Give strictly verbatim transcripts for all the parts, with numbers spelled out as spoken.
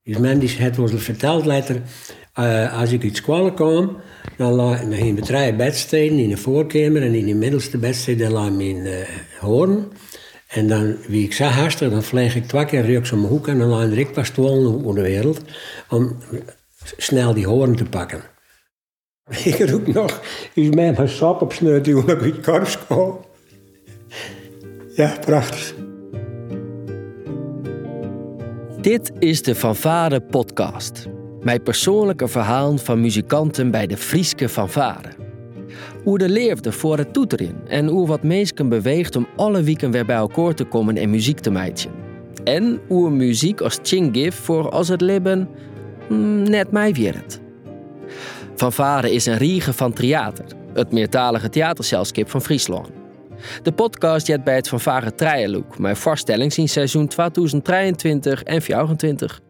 Dus men die het wel verteld later, uh, als ik uit school kwam, dan lag in de drie bedsteden in de voorkamer en in de middelste bedstede lag mijn uh, hoorn. En dan, wie ik zag hastig, dan vleeg ik twee keer rechts om mijn hoek en dan lag er ik pas stoelen over de wereld om snel die hoorn te pakken. Ik roep nog, is mij mijn sap op sneut toen ik uit korps kwam. Ja, prachtig. Dit is de Fanfare podcast. Mijn persoonlijke verhaal van muzikanten bij de Frieske Fanfare. Hoe de leefde voor het toeteren en hoe wat mensen beweegt om alle weken weer bij elkaar te komen en muziek te maken. En hoe muziek als tjing geeft voor als het leven mm, net mij werd. Fanfare is een riege van theater, het meertalige theatercelskip van Friesland. De podcast jet bij het Fanfare Trialoek, mijn voorstelling in seizoen tweeduizend drieëntwintig en vierentwintig.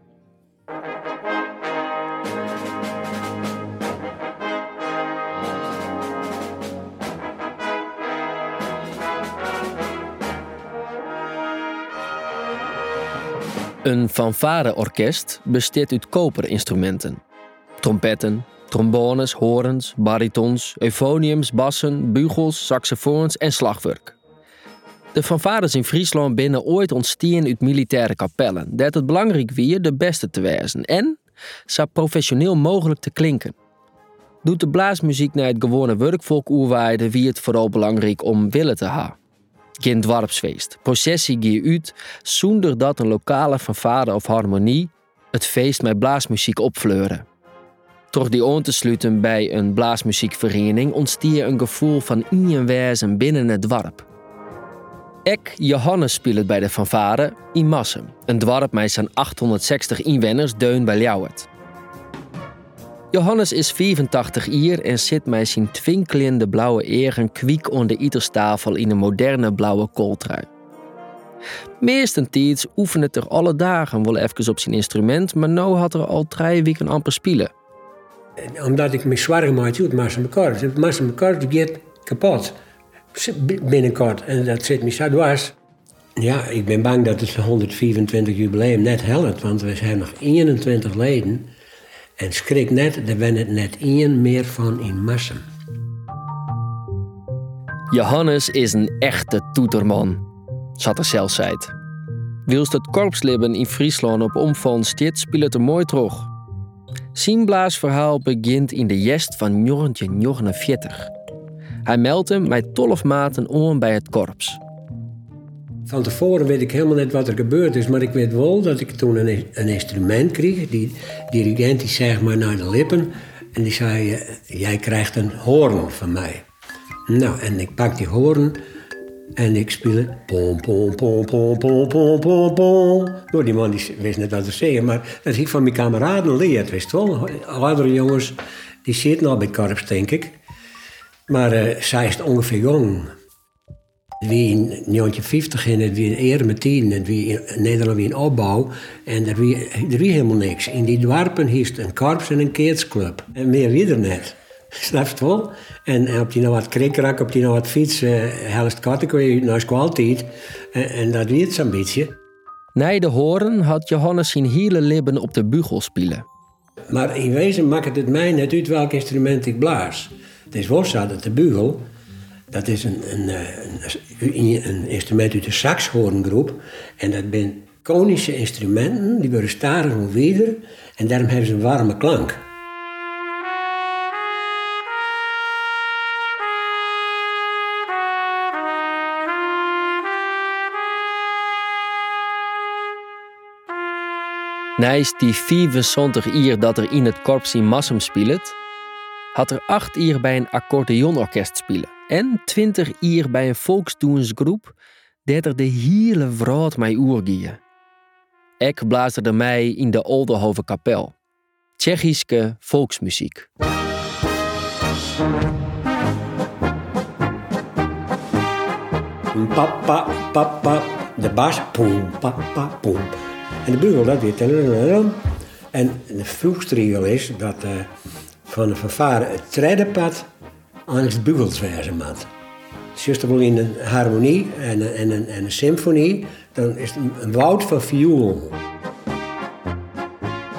Een fanfareorkest bestaat uit koperinstrumenten. Trompetten, trombones, horens, baritons, euphoniums, bassen, bugels, saxofoons en slagwerk. De fanfares in Friesland binnen ooit ontstaan uit militaire kapellen, dat het belangrijk wie de beste te wezen en zo professioneel mogelijk te klinken. Doet de blaasmuziek naar het gewone werkvolk oerwaaide wie het vooral belangrijk om willen te hebben. Geen dwarpsfeest, processie gie uit, zonder dat een lokale fanfare of harmonie het feest met blaasmuziek opfleuren. Door die aan te sluiten bij een blaasmuziekvereniging ontstier een gevoel van eenwezen binnen het dorp. Ek Johannes speelt bij de fanfare in Massum, een dorp met zijn achthonderdzestig inwoners deun bij Ljouwert. Johannes is vierentachtig jaar en zit met zijn twinkelende blauwe egen kwiek onder de etenstafel in een moderne blauwe kooltrui. Meestentijds oefent het er alle dagen wel even op zijn instrument, maar nu had er al drie weken amper spelen. Omdat ik me zwaar maakte uit Massum Kort. Massum Kort gaat kapot binnenkort en dat zit me zo dwars. Ja, ik ben bang dat het honderdvierentwintig jubileum net helpt, want we zijn nog eenentwintig leden. En schrik net, er ben het net één meer van in Massum. Johannes is een echte toeterman, zat er zelfs uit. Wilst het korpsleven in Friesland op omvang stiet, speelt het er mooi terug. Zijn blaasverhaal begint in de jest van negentien negenenveertig. Hij meldt hem met twaalf maten aan bij het korps. Van tevoren weet ik helemaal niet wat er gebeurd is, maar ik weet wel dat ik toen een, een instrument kreeg. Die dirigent die zei maar naar de lippen en die zei, jij krijgt een hoorn van mij. Nou, en ik pak die hoorn en ik speel pom pom pom pom pom pom pom pom. Nou, die man die wist net wat te zeggen, maar dat ik van mijn kameraden leerd, wist wel. Oudere jongens, die zitten al bij het korps, denk ik. Maar uh, zij is ongeveer jong. Wie in negentien vijftig in het wie eerder met tien, en wie in Nederland wie een opbouw. En er wie, er wie helemaal niks. In die dorpen hiest een korps en een keertsclub. En meer wie er net. Snap je het wel? En, en op die nou wat krikkerak, op die nou wat fiets, uh, helst korte kon je naar school tijd. En, en dat weet zo'n beetje. Na de horen had Johannes zijn hele leven op de bugel spelen. Maar in wezen maakt het mij net uit welk instrument ik blaas. Het is wel zo dat de bugel, dat is een, een, een, een instrument uit de saxhoorngroep. En dat zijn konische instrumenten, die worden starig en wieder. En daarom hebben ze een warme klank. Naast die vierenzontig jaar dat er in het korps in Massum speelt, had er acht jaar bij een accordeonorkest spelen en twintig jaar bij een volksdoensgroep dat er de hele wereld mee oergieën. Ik blaasde er mij in de Oldenhoven kapel. Tsjechische volksmuziek. Papa, papa, de bas, poem, papa, poem. En de bugel, dat weer. En de vroegste regel is dat uh, van de fanfare het treddenpad aan het bugelswijze maat. Juist wel in een harmonie en een, en een, en een symfonie, dan is het een, een woud van viool.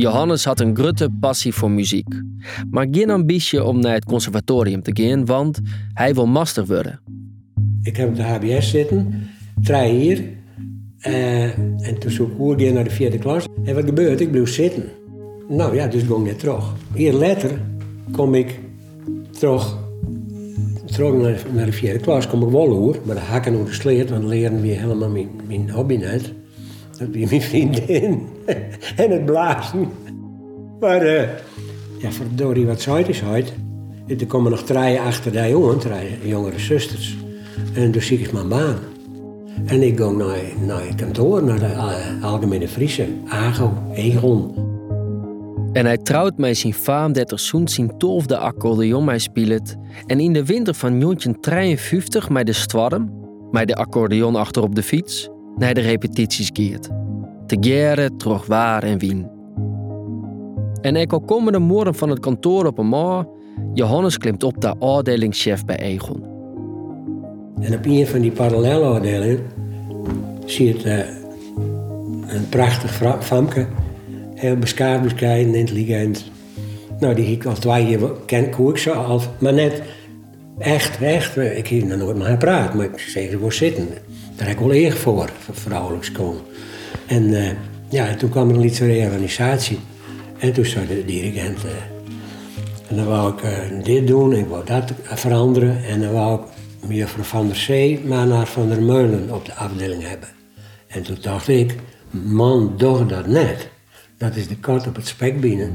Johannes had een grote passie voor muziek. Maar geen ambitie om naar het conservatorium te gaan, want hij wil master worden. Ik heb op de H B S zitten, drie hier. Uh, en toen zou ik weer naar de vierde klas. En wat gebeurt? Ik bleef zitten. Nou ja, dus ging ik net terug. Hier later kom ik terug, terug naar, naar de vierde klas. Kom ik wel hoor, maar de hakken over de sleet, want leren weer helemaal mijn, mijn hobby net. Dat weer mijn vriendin en het blazen. Maar uh, ja, verdorie, wat zei is uit. Er komen nog drie achter die jongen, drie jongere zusters. En dus zie ik mijn baan. En ik ga naar, naar het kantoor, naar de Algemene Friese, Ago, Egon. En hij trouwt met zijn faam dat er zo'n zijn twaalfde accordeon mij speelt. En in de winter van negentien drieënvijftig met de stwarm, met de accordeon achter op de fiets, naar de repetities keert. Te geren, terug waar en wien. En ik al komende morgen van het kantoor op een morgen, Johannes klimt op de afdelingschef bij Egon. En op een van die parallelafdelingen zie je het, uh, een prachtig famke. Heel beschaafd, bescheiden, intelligent. Nou, die ik al twee jaar ken, koe ik zo al. Maar net echt, echt. Ik heb nog nooit met haar praten, maar ik zeg er gewoon zitten. Daar heb ik wel eer voor, voor vrouwelijk schoon. En uh, ja, toen kwam er een literaire organisatie. En toen zei de dirigent. Uh, en dan wou ik uh, dit doen, ik wou dat veranderen. En dan wou ik mevrouw Van der Zee, maar naar Van der Meulen op de afdeling hebben. En toen dacht ik, man, doch dat net. Dat is de kat op het spek binnen.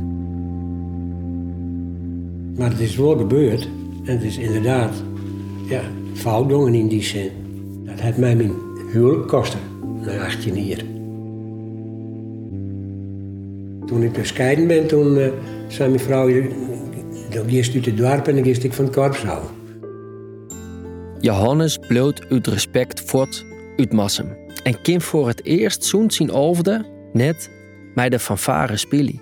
Maar het is wel gebeurd. En het is inderdaad, ja, foutdongen in die zin. Dat heeft mij mijn huwelijk kosten, na achttien jaar. Toen ik dus scheiden ben, toen uh, zei mijn vrouw, dan gist uit het dorp en dan gist ik van het korps houden. Johannes bloot uit respect voort uit Massum. En kim voor het eerst zo'n zien over net bij de fanfare spelen.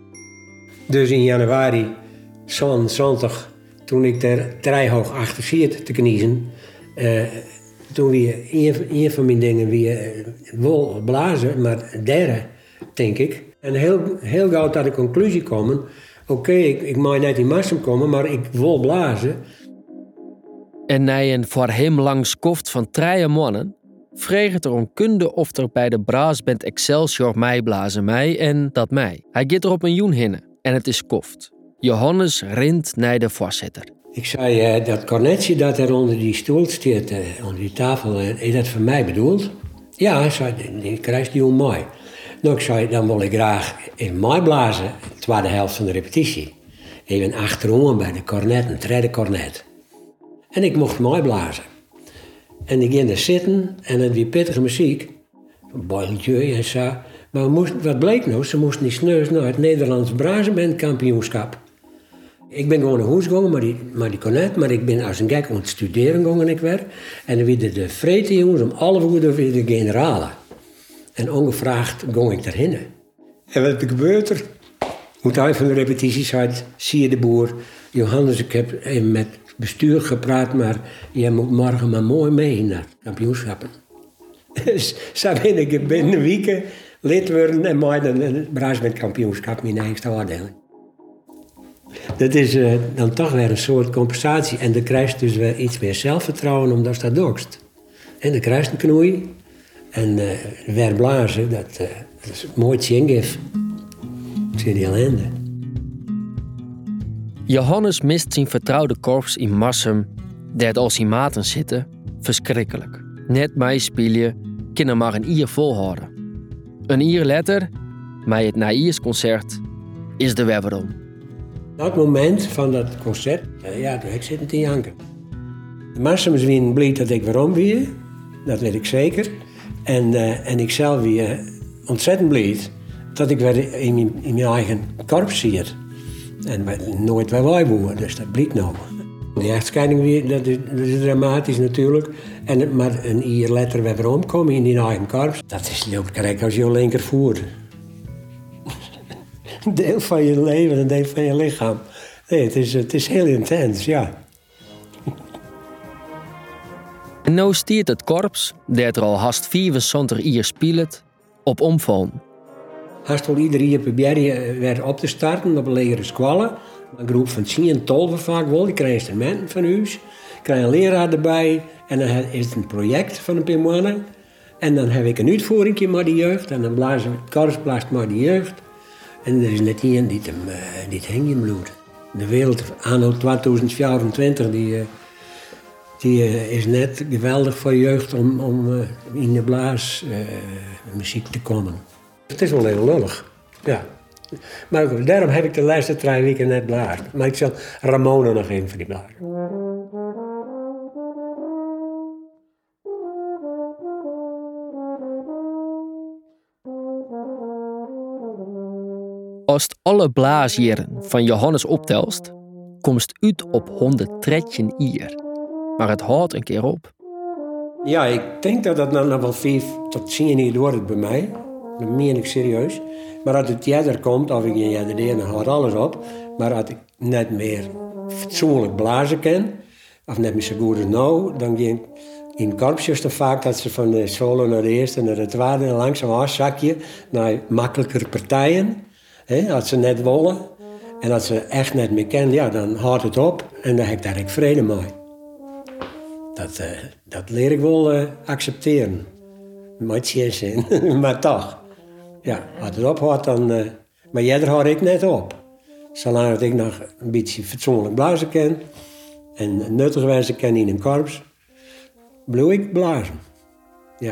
Dus in januari zevenenzwantig, toen ik er drijhoog achter zit te kniezen, uh, toen weer een, een van mijn dingen weer uh, wel blazen, maar derde, denk ik. En heel, heel gauw tot de conclusie komen, oké, okay, ik, ik mag net in Massum komen, maar ik wil blazen. En na een voor hem lang skoft van drie mannen, vreeg het er om kunde of er bij de braasband Excelsior mij blazen mij en dat mij. Hij gaat er op een joen hinnen en het is koft. Johannes rint naar de voorzitter. Ik zei, uh, dat cornetje dat er onder die stoel staat, uh, onder die tafel, uh, is dat voor mij bedoeld? Ja, hij zei, die krijgt die mooi. Nou, ik zei, dan wil ik graag in mij blazen, de tweede helft van de repetitie. Even achterom bij de cornet, een tweede cornet. En ik mocht mooi blazen. En ik ging er zitten en het was pittige muziek. Een boiltje en zo. Maar we moesten, wat bleek nou? Ze moesten niet sneus naar het Nederlands brazenbandkampioenschap. Ik ben gewoon naar huis gegaan, maar die, maar die cornet. Maar ik ben als een gek aan het studeren gegaan ik weer. En dan werden de vreten jongens om alle uur weer de generalen. En ongevraagd ging ik daarheen. En wat gebeurt er? Moet hij van de repetities uit, zie je de boer. Johannes, ik heb even met het bestuur gepraat, maar jij moet morgen maar mooi mee naar kampioenschappen. Dus zo ben ik binnen weken lid worden en mij een braasbandkampioenschap in mijn eigen afdeling. Dat is uh, dan toch weer een soort compensatie. En dan krijg je dus weer iets meer zelfvertrouwen omdat je dat dokst. En dan krijg je een knoei. En uh, weer blazen, dat, uh, dat is mooi tjengif. Ik zie die ellende. Johannes mist zijn vertrouwde korps in Massum, dat als zijn maten zitten, verschrikkelijk. Net mij spelen, kunnen maar een uur volhouden. Een uur later, bij het naïersconcert, is de weer om. Dat moment van dat concert, ja, toen heb ik zitten te janken. De Massum is weer blij dat ik waarom weer, dat weet ik zeker. En, uh, en ik zelf weer ontzettend blij dat ik weer in mijn, in mijn eigen korps zit. En nooit waar wij wonen, dus dat blijkt nou. Die echtscheiding weer, dat is, dat is dramatisch natuurlijk. En, maar een uur later weer omkomen in die eigen korps, dat is niet ook correct als je al linker voert. Een deel van je leven, een deel van je lichaam. Nee, het is, het is heel intens, ja. En nou stiert het korps, dat er al haast vierenzwantig uur speelt, op omvallen. Haast al iedere jaar proberen weer op te starten op een leren school. Een groep van tien, twaalf vaak wel. Die krijgen instrumenten van huis. Ik krijg een leraar erbij. En dan is het een project van een paar maanden. En dan heb ik een uitvoering met de jeugd. En dan blazen we het korpsblaast met de jeugd. En er is net één die hem, uh, die het hing in bloed. De wereld anno tweeduizend vierentwintig die, uh, die uh, is net geweldig voor jeugd om, om uh, in de blaas uh, muziek te komen. Het is wel heel lullig, ja. Maar daarom heb ik de laatste drie weken net blazen. Maar ik zal Ramona nog even voor die blazen. Als het alle blaasjaren van Johannes optelst, komst uit op honderddertien jaar. Maar het houdt een keer op. Ja, ik denk dat dat dan nog wel vijf tot tien jaar wordt bij mij. Dat meen ik serieus. Maar als het jadder komt, of ik een jadder deed, dan houdt alles op. Maar als ik net meer fatsoenlijk blazen ken, of net meer zo goed als nou, dan ging in korpsjes te vaak dat ze van de solo naar de eerste naar de tweede en langzaam afzakje naar makkelijker partijen. He, als ze net willen en als ze echt net meer kennen, ja, dan houdt het op en dan heb ik daar ik vrede mee. Dat, uh, dat leer ik wel uh, accepteren. Met geen zin, maar toch. Ja, als het ophoudt, dan... Uh, maar jij houdt ik net op. Zolang ik nog een beetje fatsoenlijk blazen ken en nuttig wijze ken in een korps, blijf ik blazen. Ja.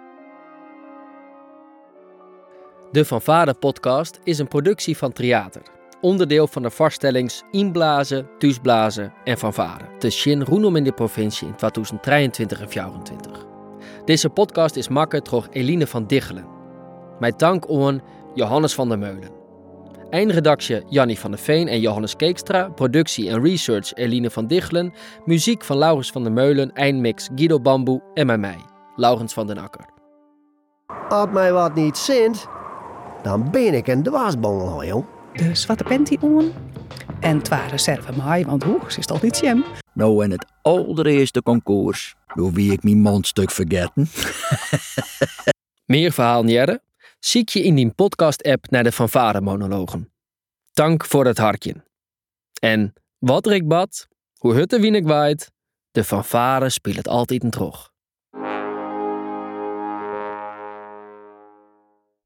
De Van Vader podcast is een productie van Theater. Onderdeel van de vaststellings Inblazen, Thuisblazen en Van Vader. Te zien rondom in de provincie in tweeduizend drieëntwintig en vierentwintig. Deze podcast is maken door Eline van Diggelen. Met dank aan Johannes van der Meulen. Eindredactie Jannie van der Veen en Johannes Keekstra. Productie en research Eline van Diggelen. Muziek van Laurens van der Meulen. Eindmix Guido Bamboe en bij mij, Laurens van den Akker. Als mij wat niet zint, dan ben ik een dwaasbongel, joh. De zwarte panty on en twee reserve maai, want hoe, ze is toch niet jam. Nou, en het allereerste concours, door wie ik mijn mondstuk vergeten. Meer verhaal niet? Zie je in die podcast-app naar de Van Vader monologen. Dank voor het hartje. En wat er ik bad, hoe hutte wie ik waait, de Van Vader speelt het altijd een trog.